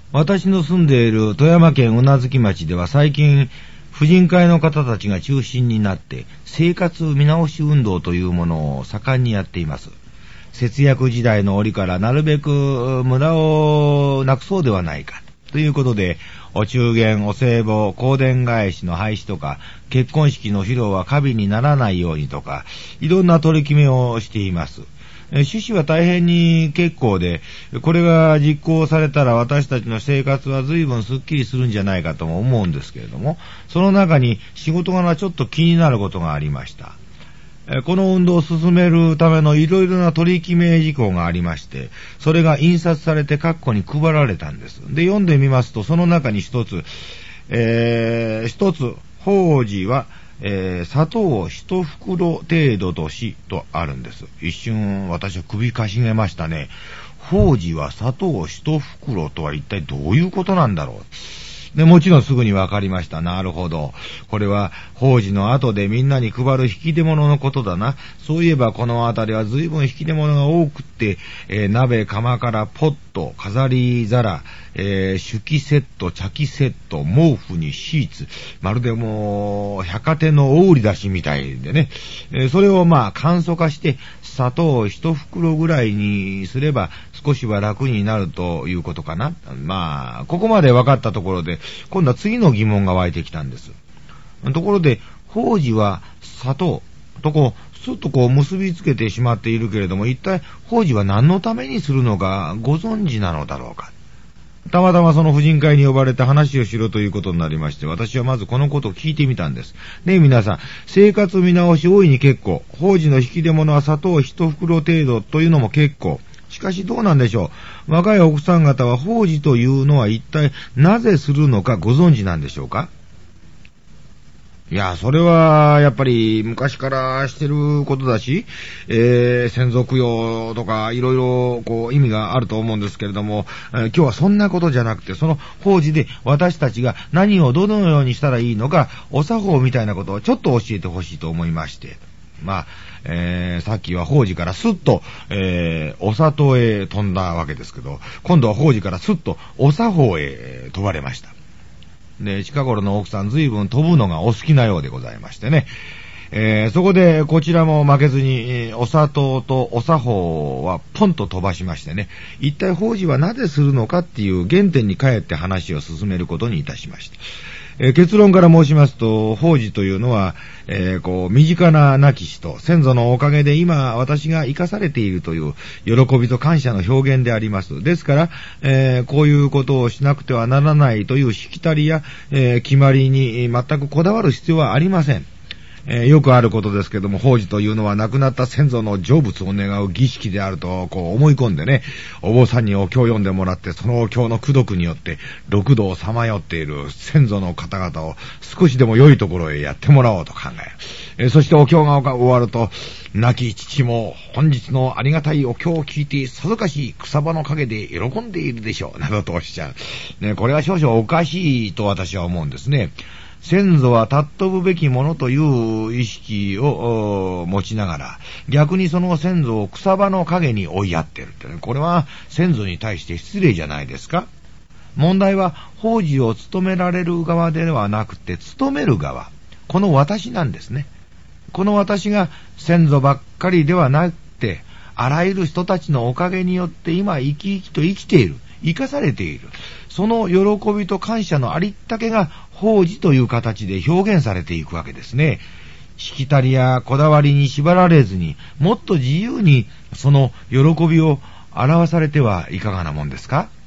私の住んでいる富山県宇奈月町では最近、婦人会の方たちが中心になって生活見直し運動というものを盛んにやっています。節約時代の折からなるべく無駄をなくそうではないかということで、お中元、お歳暮、香典返しの廃止とか、結婚式の披露は過敏にならないようにとか、いろんな取り決めをしています。趣旨は大変に結構で、これが実行されたら私たちの生活は随分スッキリするんじゃないかとも思うんですけれども、その中に仕事柄ちょっと気になることがありました。この運動を進めるためのいろいろな取り決め事項がありまして、それが印刷されて各個に配られたんです。で、読んでみますと、その中に一つ、法事は、砂糖を一袋程度としとあるんです。一瞬私は首かしげましたね。法事は砂糖を一袋とは一体どういうことなんだろう。で、もちろんすぐに分かりました。なるほど。これは法事の後でみんなに配る引き出物のことだな。そういえばこの辺りは随分引き出物が多くって、鍋、釜からポット、飾り皿、酒器セット、茶器セット、毛布にシーツ、まるでもう百貨店の大売り出しみたいでね、それを簡素化して砂糖を一袋ぐらいにすれば少しは楽になるということかな。ここまで分かったところで今度は次の疑問が湧いてきたんです。ところで法事は砂糖とスッと結びつけてしまっているけれども、一体法事は何のためにするのかご存知なのだろうか。たまたまその婦人会に呼ばれて話をしろということになりまして、私はまずこのことを聞いてみたんです。ねえ皆さん、生活見直し大いに結構、法事の引き出物は砂糖一袋程度というのも結構。しかしどうなんでしょう。若い奥さん方は法事というのは一体なぜするのかご存知なんでしょうか。いや、それはやっぱり昔からしてることだし、先祖供養とかいろいろ意味があると思うんですけれども、今日はそんなことじゃなくて、その法事で私たちが何をどのようにしたらいいのか、お作法みたいなことをちょっと教えてほしいと思いまして。さっきは法事からスッと、お里へ飛んだわけですけど、今度は法事からスッとお作法へ飛ばれました。で、近頃の奥さん随分飛ぶのがお好きなようでございましてね。そこでこちらも負けずに、お砂糖とお作法はポンと飛ばしましてね、一体法事はなぜするのかっていう原点に帰って話を進めることにいたしました。結論から申しますと、法事というのは、身近な亡き人、先祖のおかげで今私が生かされているという喜びと感謝の表現であります。ですから、こういうことをしなくてはならないというしきたりや、決まりに全くこだわる必要はありません。よくあることですけども、法事というのは亡くなった先祖の成仏を願う儀式であると思い込んでね、お坊さんにお経を読んでもらって、そのお経の功徳によって六道をさまよっている先祖の方々を少しでも良いところへやってもらおうと考える。そしてお経が終わると、亡き父も本日のありがたいお経を聞いてさぞかし草葉の陰で喜んでいるでしょうなどとおっしゃる、ね、これは少々おかしいと私は思うんですね。先祖は尊ぶべきものという意識を持ちながら、逆にその先祖を草葉の陰に追いやっているって、ね、これは先祖に対して失礼じゃないですか。問題は法事を務められる側ではなくて務める側、この私なんですね。この私が先祖ばっかりではなくて、あらゆる人たちのおかげによって今生き生きと生きている、生かされている、その喜びと感謝のありったけが法事という形で表現されていくわけですね。しきたりやこだわりに縛られずに、もっと自由にその喜びを表されてはいかがなもんですか。